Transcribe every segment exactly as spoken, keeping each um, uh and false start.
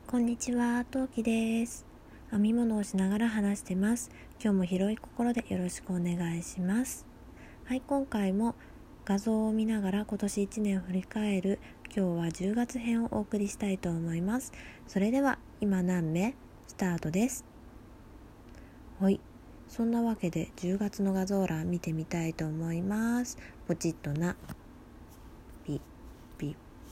こんにちは、トウキです。編み物をしながら話してます。今日も広い心でよろしくお願いします。はい、今回も画像を見ながら今年いちねんを振り返る今日はじゅうがつ編をお送りしたいと思います。それでは今何目スタートです。はい、そんなわけでじゅうがつの画像欄見てみたいと思います。ポチッとなピピ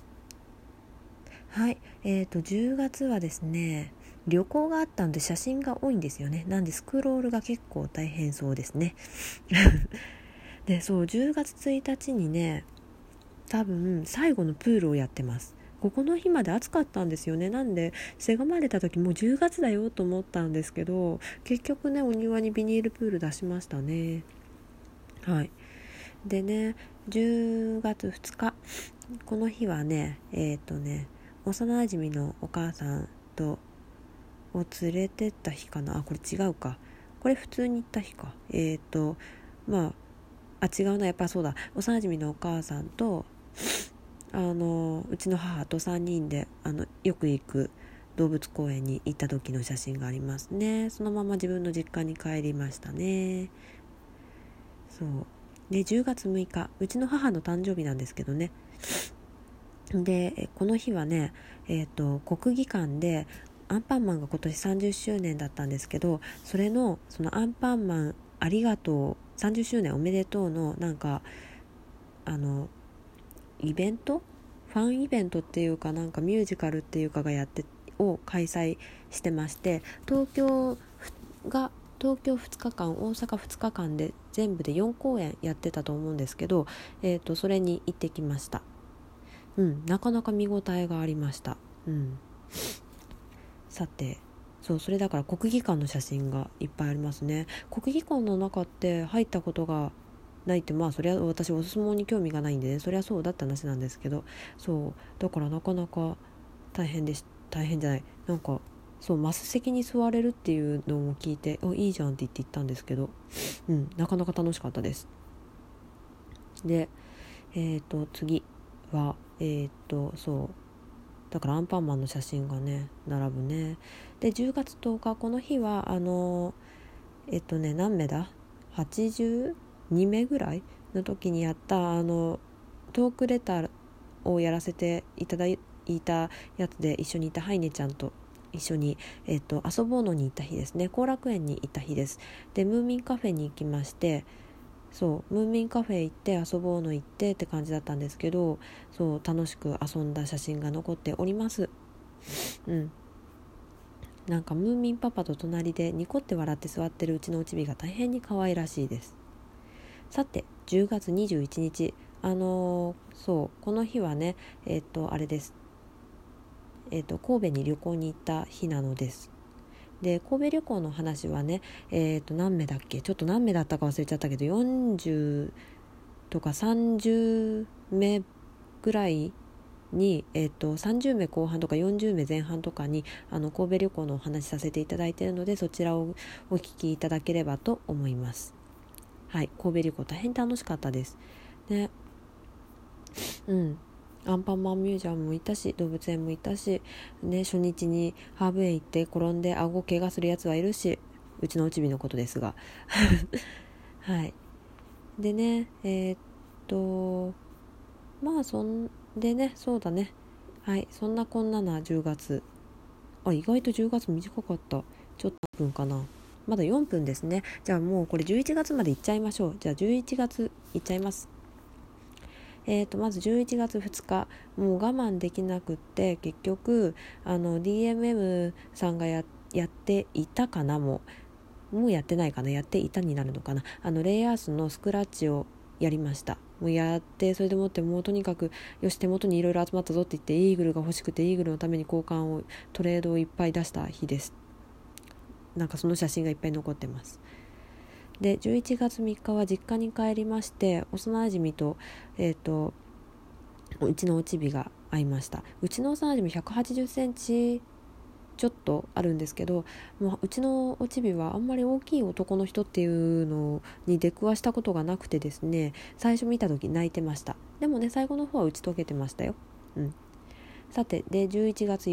はい、えーとじゅうがつはですね、旅行があったので写真が多いんですよね。なんでスクロールが結構大変そうですね。で、そうじゅうがつついたちにね、多分最後のプールをやってます。ここの日まで暑かったんですよね。なんでせがまれた時もうじゅうがつだよと思ったんですけど、結局ねお庭にビニールプール出しましたね。はい。でね、じゅうがつふつか、この日はね、えっとね幼馴染のお母さんとを連れてった日かなあ、これ違うか、これ普通に行った日か、えっとまああ違うな、やっぱそうだ、幼馴染のお母さんとあのうちの母とさんにんであのよく行く動物公園に行った時の写真がありますね。そのまま自分の実家に帰りましたね。そうでじゅうがつむいか、うちの母の誕生日なんですけどね。でこの日はね、えーと、国技館でアンパンマンが今年さんじゅっしゅうねんだったんですけど、それのそのアンパンマンありがとうさんじゅっしゅうねんおめでとうのなんかあのイベントファンイベントっていうか、なんかミュージカルっていうかがやってを開催してまして、東京が東京ふつかかん、大阪ふつかかんで全部でよんこうえんやってたと思うんですけど、えーと、それに行ってきました。うん、なかなか見応えがありました。うん、さて、そうそれだから国技館の写真がいっぱいありますね。国技館の中って入ったことがないって、まあそりゃ私お相撲に興味がないんでね、そりゃそうだって話なんですけど、そうだからなかなか大変でし大変じゃないなんかそうマス席に座れるっていうのも聞いて、おいいじゃんって言って行ったんですけど、うんなかなか楽しかったです。でえっ、ー、と次はえっ、ー、とそうだからアンパンマンの写真がね並ぶね。でじゅうがつとおか、この日はあのえっ、ー、とね何目だはちじゅうにめぐらいの時にやったあのトークレターをやらせていただいたやつで一緒にいたハイネちゃんと一緒に、えー、と遊ぼうのに行った日ですね。後楽園に行った日です。でムーミンカフェに行きまして、そうムーミンカフェ行って遊ぼうの行ってって感じだったんですけど、そう楽しく遊んだ写真が残っております。うんなんかムーミンパパと隣でニコって笑って座ってるうちのおちびが大変に可愛らしいです。さてじゅうがつにじゅういちにち、あのー、そうこの日はねえっ、ー、とあれですえっ、ー、と神戸に旅行に行った日なのです。で神戸旅行の話はね、えっ、と何名だっけ、ちょっと何名だったか忘れちゃったけど、よんじゅうとかさんじゅうめぐらいに、えー、とさんじゅうめこう半とかよんじゅうめぜん半とかにあの神戸旅行のお話しさせていただいているので、そちらをお聞きいただければと思います。はい、神戸旅行大変楽しかったですね。うんアンパンマンミュージアムも行ったし、動物園も行ったし、ね、初日にハーブ園行って転んで顎怪我するやつはいるし、うちのおちびのことですがはいでねえー、っとまあそんでねそうだねはいそんなこんななじゅうがつ、あ意外とじゅうがつ短かった。ちょっと何分かな、まだよんぷんですね。じゃあもうこれじゅういちがつまで行っちゃいましょう。じゃあじゅういちがつ行っちゃいます。えー、とまずじゅういちがつふつか、もう我慢できなくって結局あの ディーエムエム さんが や, やっていたかなもうもうやってないかなやっていたになるのかな、あのレイアースのスクラッチをやりました。もうやって、それでもってもうとにかくよし手元にいろいろ集まったぞって言って、イーグルが欲しくてイーグルのために交換をトレードをいっぱい出した日です。なんかその写真がいっぱい残ってます。でじゅういちがつみっかは実家に帰りまして、幼馴染とえっ、ー、とうちのおちびが会いました。うちの幼馴染ひゃくはちじゅっセンチちょっとあるんですけど、もううちのおちびはあんまり大きい男の人っていうのに出くわしたことがなくてですね、最初見た時泣いてました。でもね最後の方は打ち解けてましたよ。うんさてでじゅういちがつよっ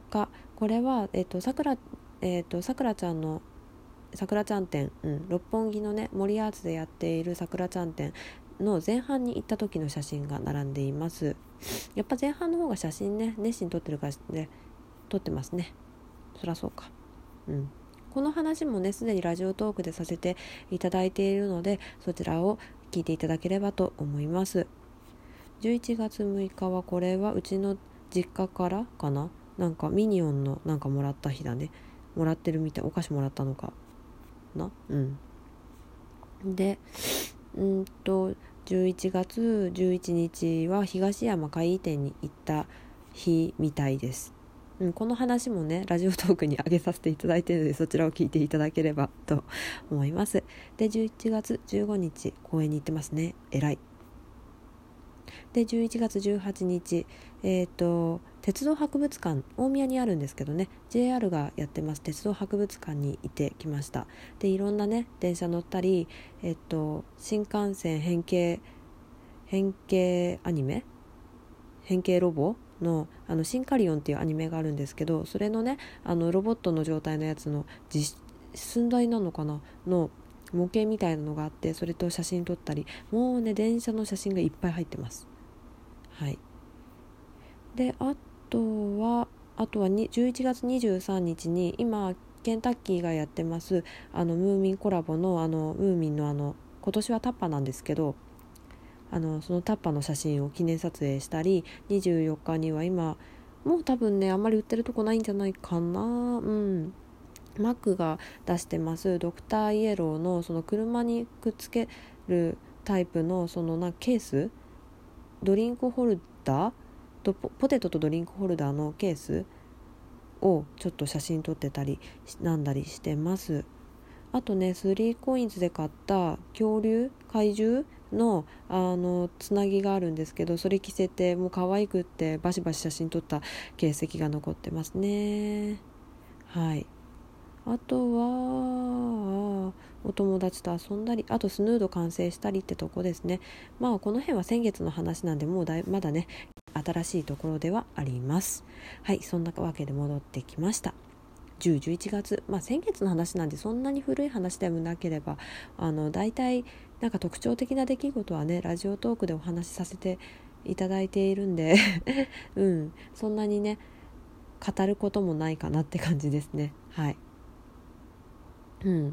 日、これはえっとさくらえっとさくらちゃんのさくらちゃん展、うん、六本木のね森アーツでやっているさくらちゃん展の前半に行った時の写真が並んでいます。やっぱ前半の方が写真ね熱心に撮ってるからね、撮ってますね。そりゃそうか。うん。この話もねすでにラジオトークでさせていただいているので、そちらを聞いていただければと思います。じゅういちがつむいかはこれはうちの実家からかな、なんかミニオンのなんかもらった日だね。もらってるみたい、お菓子もらったのかな。うんでうんとじゅういちがつじゅういちにちは東山海衣店に行った日みたいです。うん、この話もねラジオトークに上げさせていただいているので、そちらを聞いていただければと思います。でじゅういちがつじゅうごにち公園に行ってますね。えらい。でじゅういちがつじゅうはちにち、えーと、鉄道博物館、大宮にあるんですけどね、 ジェイアール がやってます鉄道博物館に行ってきました。でいろんなね電車乗ったり、えーと、新幹線変形変形アニメ変形ロボのあのシンカリオンっていうアニメがあるんですけど、それのねあのロボットの状態のやつの実寸大なのかなの模型みたいなのがあって、それと写真撮ったり、もうね電車の写真がいっぱい入ってます。はい。であとはあとはじゅういちがつにじゅうさんにちに今ケンタッキーがやってますあのムーミンコラボのあのムーミンのあの今年はタッパなんですけど、あのそのタッパの写真を記念撮影したり、にじゅうよっかには今もう多分ねあんまり売ってるとこないんじゃないかな、うんマックが出してますドクターイエローのその車にくっつけるタイプのそのなケース、ドリンクホルダーとポテトとドリンクホルダーのケースをちょっと写真撮ってたりなんだりしてます。あとねスリーコインズで買った恐竜怪獣のあのつなぎがあるんですけど、それ着せてもう可愛くってバシバシ写真撮った形跡が残ってますね。はい。あとはお友達と遊んだり、あとスヌード完成したりってとこですね。まあこの辺は先月の話なんでもうだいまだね新しいところではあります。はい、そんなわけで戻ってきました。じゅう、じゅういちがつ、まあ先月の話なんでそんなに古い話でもなければ、あのだいたいなんか特徴的な出来事はねラジオトークでお話しさせていただいているんでうんそんなにね語ることもないかなって感じですね。はい。うん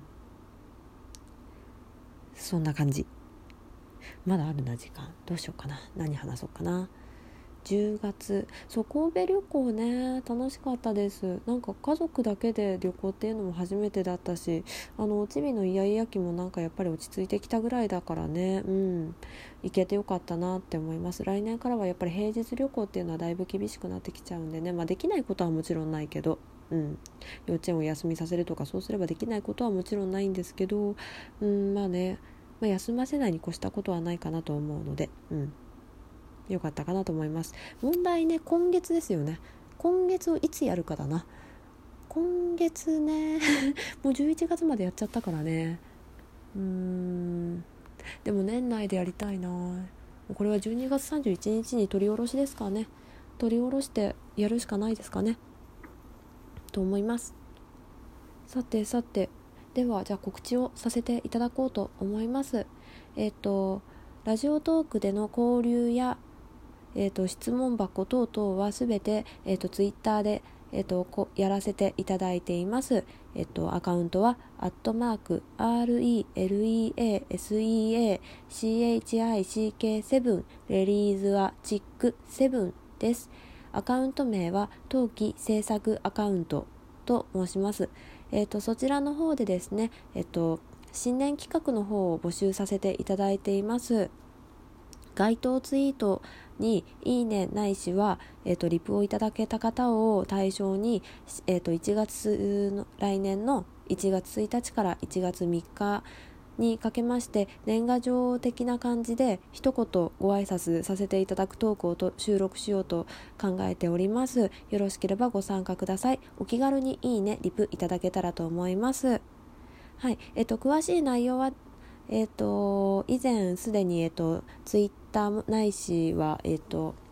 そんな感じ。まだあるな時間、どうしようかな、何話そうかな。じゅうがつ、そう神戸旅行ね楽しかったです。なんか家族だけで旅行っていうのも初めてだったし、あのおちびのイヤイヤ期もなんかやっぱり落ち着いてきたぐらいだからね、うん行けてよかったなって思います。来年からはやっぱり平日旅行っていうのはだいぶ厳しくなってきちゃうんでね、まあできないことはもちろんないけど、うん、幼稚園を休みさせるとかそうすればできないことはもちろんないんですけど、うん、まあね、まあ、休ませないに越したことはないかなと思うので、うんよかったかなと思います。問題ね今月ですよね。今月をいつやるかだな。今月ねもうじゅういちがつまでやっちゃったからね。うーんでも年内でやりたいな。これはじゅうにがつさんじゅういちにちに取り下ろしですかね。取り下ろしてやるしかないですかねと思います。さてさて、ではじゃあ告知をさせていただこうと思います。えっとラジオトークでの交流やえー、と質問箱等々はすべて、えー、とツイッターで、えー、とこやらせていただいています。えー、とアカウントはアットマーク アールイーエルイーエーエスイーエーシーエイチアイシーケーセブン レリーズはチックセブンです。アカウント名は冬季制作アカウントと申します。えー、とそちらの方でですね、えー、と新年企画の方を募集させていただいています。該当ツイートにいいねないしは、えー、とリプをいただけた方を対象に、えー、といちがつの来年のいちがつついたちからいちがつみっかにかけまして年賀状的な感じで一言ご挨拶させていただくトークをと収録しようと考えております。よろしければご参加ください。お気軽にいいねリプいただけたらと思います。はい、えっと詳しい内容はえっと以前すでにえっとツイッターないしはえっと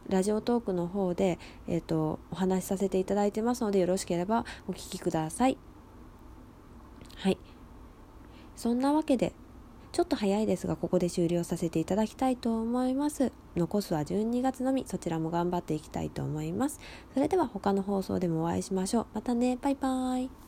ラジオトークの方で、えーと、お話しさせていただいてますので、よろしければお聞きください。はい、そんなわけでちょっと早いですが、ここで終了させていただきたいと思います。残すはじゅうにがつのみ、そちらも頑張っていきたいと思います。それでは他の放送でもお会いしましょう。またね、バイバイ。